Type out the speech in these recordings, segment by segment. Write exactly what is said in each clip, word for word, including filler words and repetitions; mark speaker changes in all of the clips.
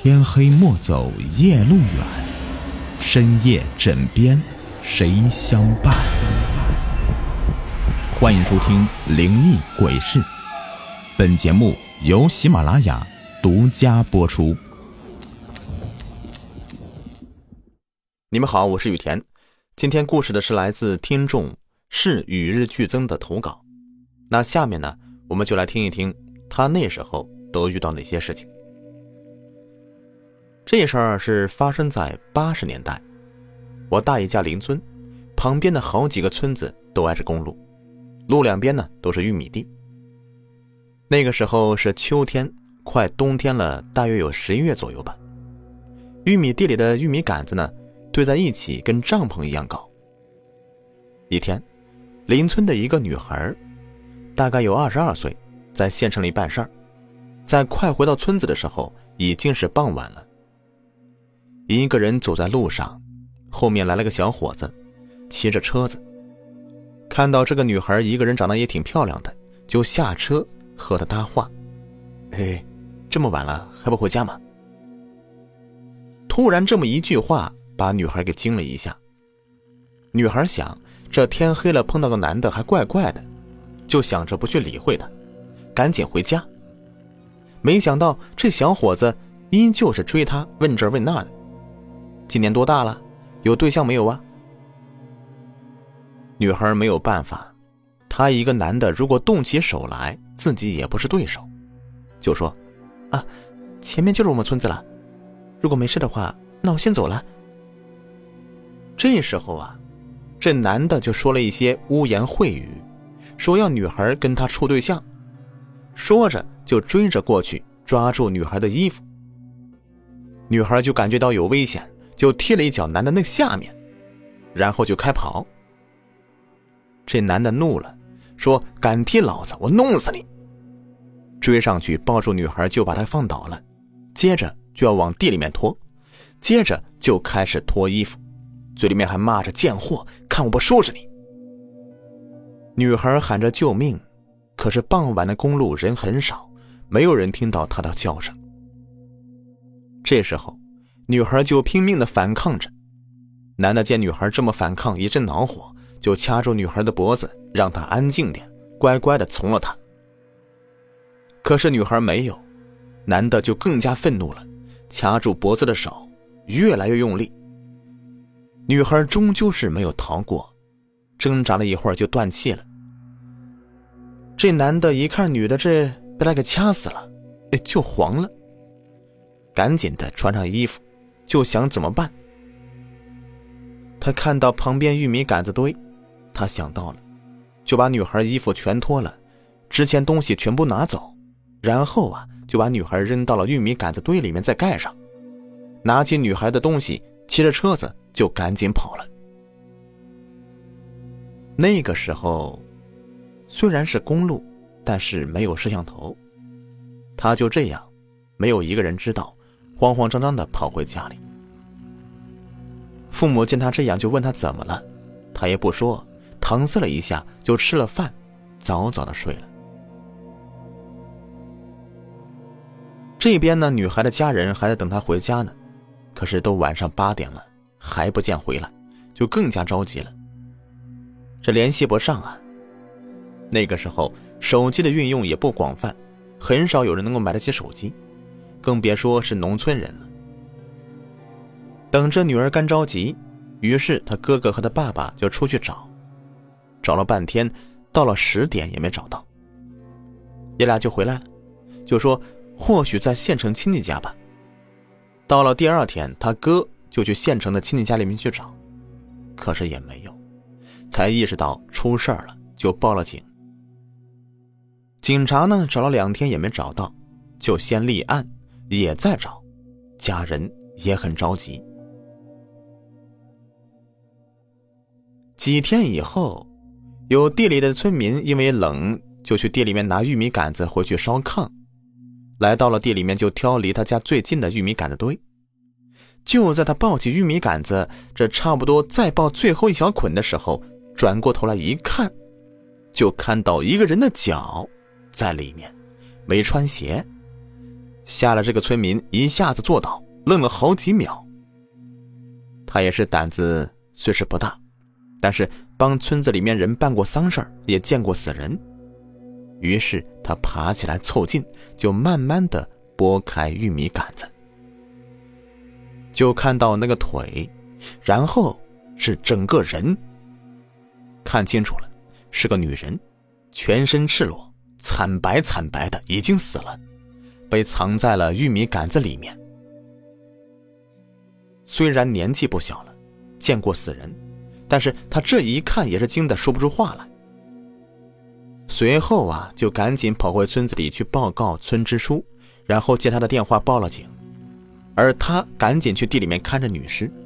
Speaker 1: 天黑莫走夜路远，深夜枕边谁相伴。欢迎收听灵异鬼事，本节目由喜马拉雅独家播出。
Speaker 2: 你们好，我是雨田。今天故事的是来自听众是与日俱增的投稿。那下面呢，我们就来听一听他那时候都遇到哪些事情。这事儿是发生在八十年代，我大爷家邻村旁边的好几个村子都挨着公路，路两边呢都是玉米地。那个时候是秋天，快冬天了，大约有十一月左右吧。玉米地里的玉米杆子呢堆在一起，跟帐篷一样高。一天，邻村的一个女孩大概有二十二岁，在县城里办事儿，在快回到村子的时候已经是傍晚了。一个人走在路上，后面来了个小伙子骑着车子，看到这个女孩一个人长得也挺漂亮的，就下车和她搭话。哎，这么晚了还不回家吗？突然这么一句话把女孩给惊了一下。女孩想，这天黑了碰到个男的还怪怪的，就想着不去理会他，赶紧回家。没想到这小伙子依旧是追她，问这问那的。今年多大了？有对象没有啊？女孩没有办法，她一个男的如果动起手来，自己也不是对手，就说啊，前面就是我们村子了，如果没事的话，那我先走了。这时候啊，这男的就说了一些污言秽语，说要女孩跟他处对象，说着就追着过去，抓住女孩的衣服。女孩就感觉到有危险，就踢了一脚男的那下面，然后就开跑。这男的怒了，说敢踢老子，我弄死你！追上去抱住女孩就把她放倒了，接着就要往地里面拖，接着就开始脱衣服，嘴里面还骂着贱货，看我不收拾你！女孩喊着救命，可是傍晚的公路人很少，没有人听到她的叫声。这时候女孩就拼命地反抗着，男的见女孩这么反抗，一阵恼火，就掐住女孩的脖子，让她安静点，乖乖地从了她。可是女孩没有，男的就更加愤怒了，掐住脖子的手越来越用力。女孩终究是没有逃过，挣扎了一会儿就断气了。这男的一看女的这被他给掐死了，就慌了，赶紧的穿上衣服，就想怎么办。他看到旁边玉米杆子堆，他想到了，就把女孩衣服全脱了，之前东西全部拿走，然后啊就把女孩扔到了玉米杆子堆里面再盖上，拿起女孩的东西，骑着车子就赶紧跑了。那个时候虽然是公路，但是没有摄像头，他就这样没有一个人知道，慌慌张张地跑回家里。父母见他这样就问他怎么了，他也不说，搪塞了一下就吃了饭，早早地睡了。这边呢，女孩的家人还在等他回家呢，可是都晚上八点了还不见回来，就更加着急了。这联系不上啊，那个时候手机的运用也不广泛，很少有人能够买得起手机，更别说是农村人了。等着女儿干着急，于是他哥哥和他爸爸就出去找，找了半天，到了十点也没找到。爷俩就回来了，就说或许在县城亲戚家吧。到了第二天，他哥就去县城的亲戚家里面去找，可是也没有，才意识到出事儿了，就报了警。警察呢找了两天也没找到，就先立案，也在找，家人也很着急。几天以后，有地里的村民因为冷，就去地里面拿玉米杆子回去烧炕，来到了地里面就挑离他家最近的玉米杆子堆。就在他抱起玉米杆子，这差不多再抱最后一小捆的时候，转过头来一看，就看到一个人的脚在里面，没穿鞋， 吓了这个村民一下子坐倒，愣了好几秒。他也是胆子虽是不大，但是帮村子里面人办过丧事儿，也见过死人。于是他爬起来凑近，就慢慢地拨开玉米杆子，就看到那个腿，然后是整个人。看清楚了，是个女人，全身赤裸，惨白惨白的，已经死了，被藏在了玉米杆子里面。虽然年纪不小了，见过死人，但是他这一看也是惊得说不出话来。随后啊，就赶紧跑回村子里去报告村支书，然后接他的电话报了警，而他赶紧去地里面看着女尸。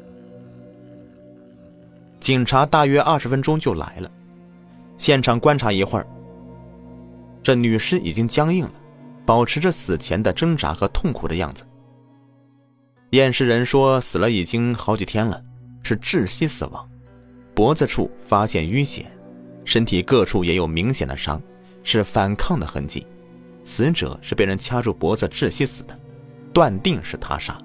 Speaker 2: 警察大约二十分钟就来了，现场观察一会儿，这女尸已经僵硬了，保持着死前的挣扎和痛苦的样子。验尸人说死了已经好几天了，是窒息死亡，脖子处发现淤血，身体各处也有明显的伤，是反抗的痕迹，死者是被人掐住脖子窒息死的，断定是他杀。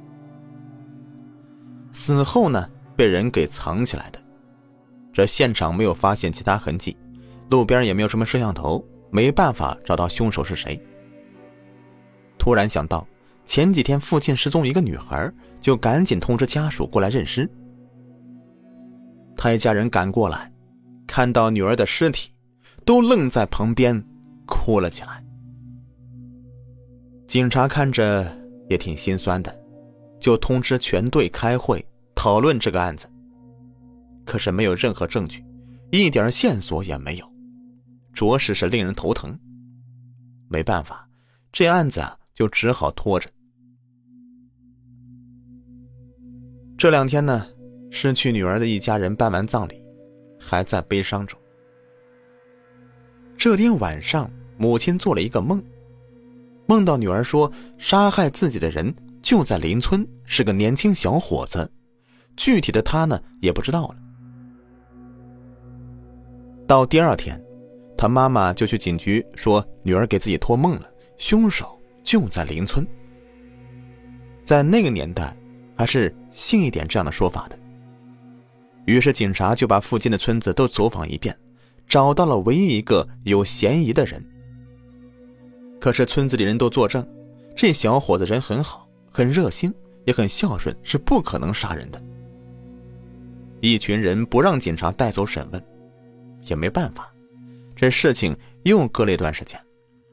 Speaker 2: 死后呢，被人给藏起来的。这现场没有发现其他痕迹，路边也没有什么摄像头，没办法找到凶手是谁。突然想到前几天附近失踪一个女孩，就赶紧通知家属过来认尸。他一家人赶过来，看到女儿的尸体，都愣在旁边哭了起来。警察看着也挺心酸的，就通知全队开会讨论这个案子。可是没有任何证据，一点线索也没有，着实是令人头疼。没办法，这案子啊就只好拖着。这两天呢，失去女儿的一家人办完葬礼，还在悲伤中。这天晚上，母亲做了一个梦，梦到女儿说杀害自己的人就在邻村，是个年轻小伙子，具体的他呢也不知道了。到第二天，他妈妈就去警局说女儿给自己托梦了，凶手就在邻村。在那个年代还是信一点这样的说法的。于是警察就把附近的村子都走访一遍，找到了唯一一个有嫌疑的人。可是村子里人都作证，这小伙子人很好，很热心，也很孝顺，是不可能杀人的。一群人不让警察带走审问，也没办法，这事情又隔了一段时间。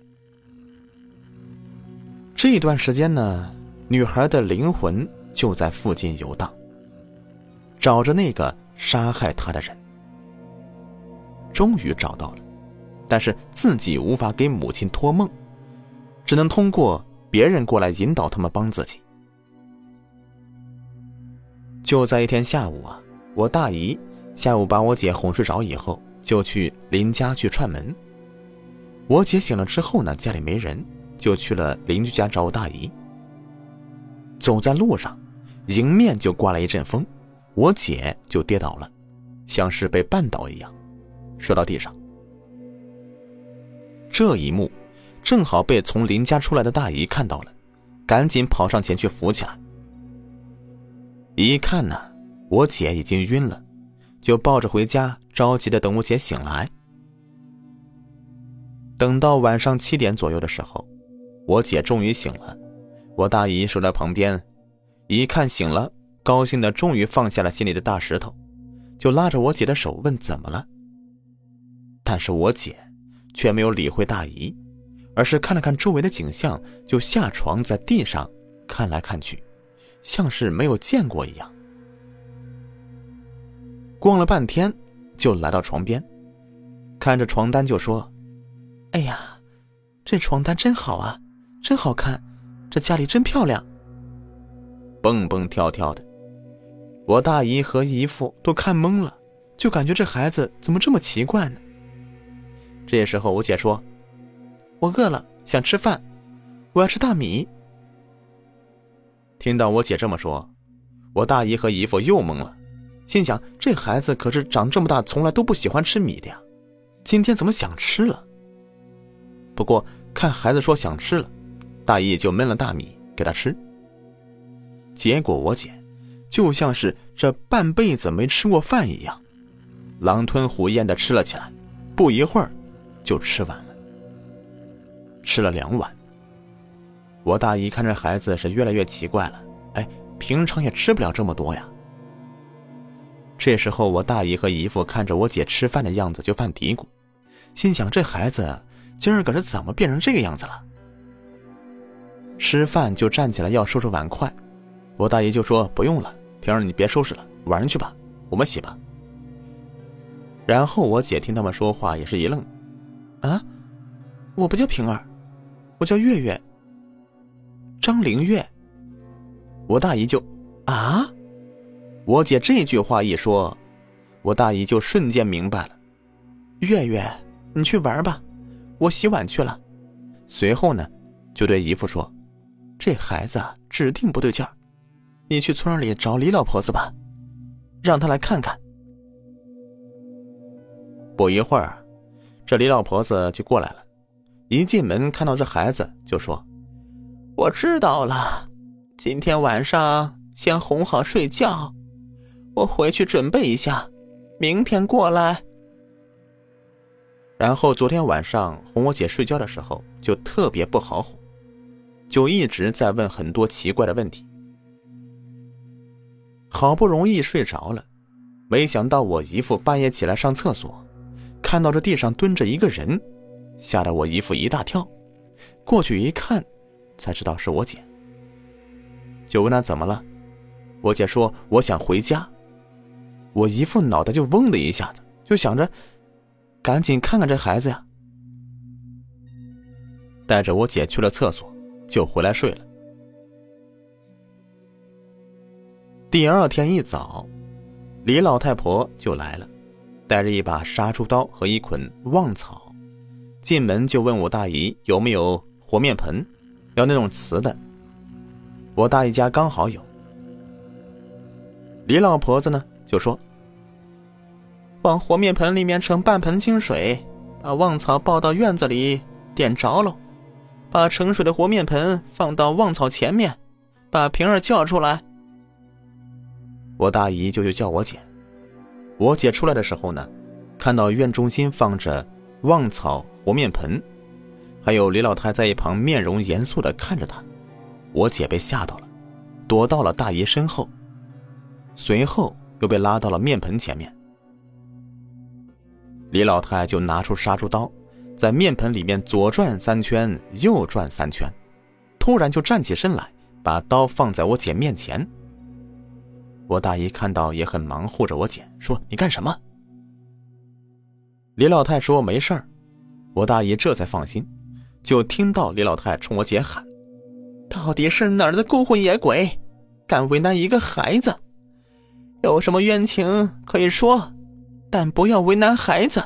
Speaker 2: 这一段时间呢，女孩的灵魂就在附近游荡，找着那个杀害她的人。终于找到了，但是自己无法给母亲托梦，只能通过别人过来引导他们帮自己。就在一天下午啊，我大姨下午把我姐哄睡着以后，就去邻家去串门。我姐醒了之后呢，家里没人，就去了邻居家找我大姨。走在路上，迎面就刮了一阵风，我姐就跌倒了，像是被绊倒一样，摔到地上。这一幕正好被从邻家出来的大姨看到了，赶紧跑上前去扶起来。一看呢，我姐已经晕了，就抱着回家，着急的等我姐醒来。等到晚上七点左右的时候，我姐终于醒了，我大姨守在旁边，一看醒了，高兴的终于放下了心里的大石头，就拉着我姐的手问怎么了。但是我姐却没有理会大姨，而是看了看周围的景象，就下床在地上看来看去，像是没有见过一样。逛了半天，就来到床边，看着床单就说：“哎呀，这床单真好啊，真好看，这家里真漂亮。”蹦蹦跳跳的，我大姨和姨父都看懵了，就感觉这孩子怎么这么奇怪呢？这时候我姐说：“我饿了，想吃饭，我要吃大米。”听到我姐这么说，我大姨和姨父又懵了，心想这孩子可是长这么大从来都不喜欢吃米的呀，今天怎么想吃了？不过看孩子说想吃了， 大姨就焖了大米给他吃。结果我姐就像是这半辈子没吃过饭一样，狼吞虎咽地吃了起来，不一会儿就吃完了，吃了两碗。我大姨看这孩子是越来越奇怪了，哎，平常也吃不了这么多呀。这时候我大姨和姨父看着我姐吃饭的样子就犯嘀咕，心想这孩子今儿个是怎么变成这个样子了。吃饭就站起来要收拾碗筷，我大姨就说不用了，平儿你别收拾了，晚上去吧，我们洗吧。然后我姐听他们说话也是一愣，啊，我不叫平儿，我叫月月，张灵月。我大姨就啊，我姐这句话一说，我大姨就瞬间明白了，月月你去玩吧，我洗碗去了。随后呢就对姨父说，这孩子指定不对劲儿，你去村里找李老婆子吧，让她来看看。不一会儿，这李老婆子就过来了，一进门看到这孩子就说，我知道了，今天晚上先哄好睡觉，我回去准备一下，明天过来。然后昨天晚上哄我姐睡觉的时候就特别不好哄，就一直在问很多奇怪的问题。好不容易睡着了，没想到我姨父半夜起来上厕所，看到这地上蹲着一个人，吓得我姨父一大跳，过去一看才知道是我姐。就问他怎么了，我姐说我想回家。我姨父脑袋就嗡的一下子，就想着赶紧看看这孩子呀，带着我姐去了厕所，就回来睡了。第二天一早，李老太婆就来了，带着一把杀猪刀和一捆旺草，进门就问我大姨有没有和面盆，要那种瓷的。我大姨家刚好有。李老婆子呢就说，往和面盆里面盛半盆清水，把旺草抱到院子里点着喽，把盛水的和面盆放到旺草前面，把平儿叫出来。我大姨就去叫我姐。我姐出来的时候呢，看到院中心放着旺草和面盆，还有李老太在一旁面容严肃地看着她。我姐被吓到了，躲到了大姨身后，随后又被拉到了面盆前面。李老太就拿出杀猪刀，在面盆里面左转三圈右转三圈，突然就站起身来，把刀放在我姐面前。我大姨看到也很忙，护着我姐说，你干什么？李老太说没事儿。我大姨这才放心，就听到李老太冲我姐喊，到底是哪儿的孤魂野鬼，敢为难一个孩子？有什么冤情可以说，但不要为难孩子。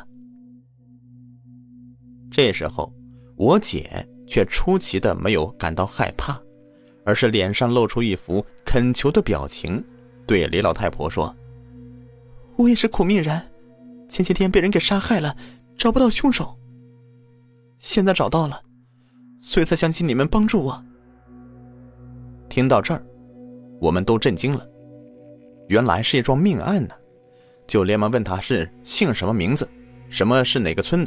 Speaker 2: 这时候我姐却出奇的没有感到害怕，而是脸上露出一副恳求的表情，对李老太婆说，我也是苦命人，前些天被人给杀害了，找不到凶手，现在找到了，所以才相信你们帮助我。听到这儿，我们都震惊了，原来是一桩命案呢，就连忙问他是姓什么名字，什么是哪个村的。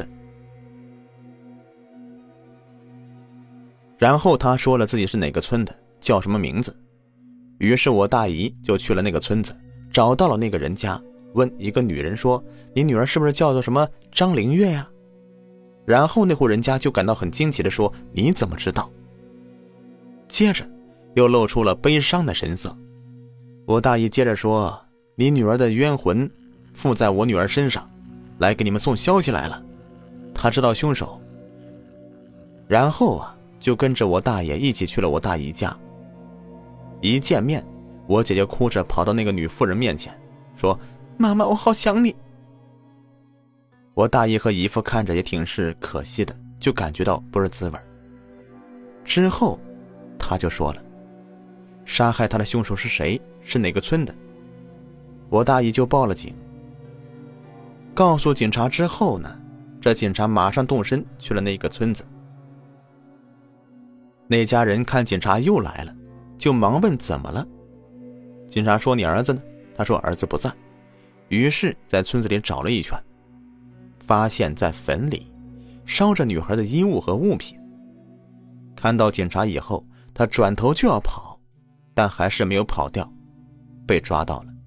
Speaker 2: 然后他说了自己是哪个村的，叫什么名字。于是我大姨就去了那个村子，找到了那个人家，问一个女人说，你女儿是不是叫做什么张灵月呀？然后那户人家就感到很惊奇地说，你怎么知道？接着又露出了悲伤的神色。我大姨接着说，你女儿的冤魂附在我女儿身上，来给你们送消息来了，她知道凶手。然后啊，就跟着我大爷一起去了我大姨家。一见面，我姐姐哭着跑到那个女妇人面前，说，妈妈，我好想你。我大姨和姨父看着也挺是可惜的，就感觉到不是滋味。之后他就说了，杀害他的凶手是谁，是哪个村的。我大姨就报了警。告诉警察之后呢，这警察马上动身去了那个村子。 那家人看警察又来了，就忙问怎么了。警察说你儿子呢？他说儿子不在。于是在村子里找了一圈，发现在坟里烧着女孩的衣物和物品。看到警察以后，他转头就要跑，但还是没有跑掉，被抓到了。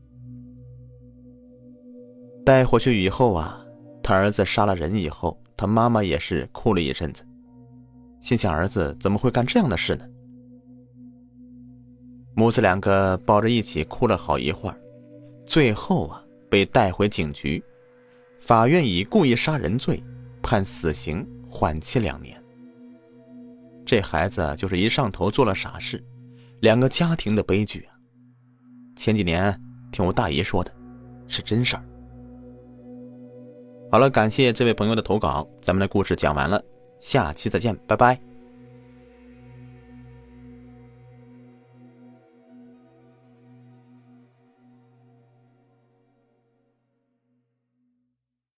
Speaker 2: 带回去以后啊，他儿子杀了人以后，他妈妈也是哭了一阵子，心想儿子怎么会干这样的事呢？母子两个抱着一起哭了好一会儿，最后啊被带回警局，法院以故意杀人罪判死刑，缓期两年。这孩子就是一上头做了傻事，两个家庭的悲剧啊。前几年听我大姨说的，是真事儿。好了，感谢这位朋友的投稿，咱们的故事讲完了，下期再见，拜拜。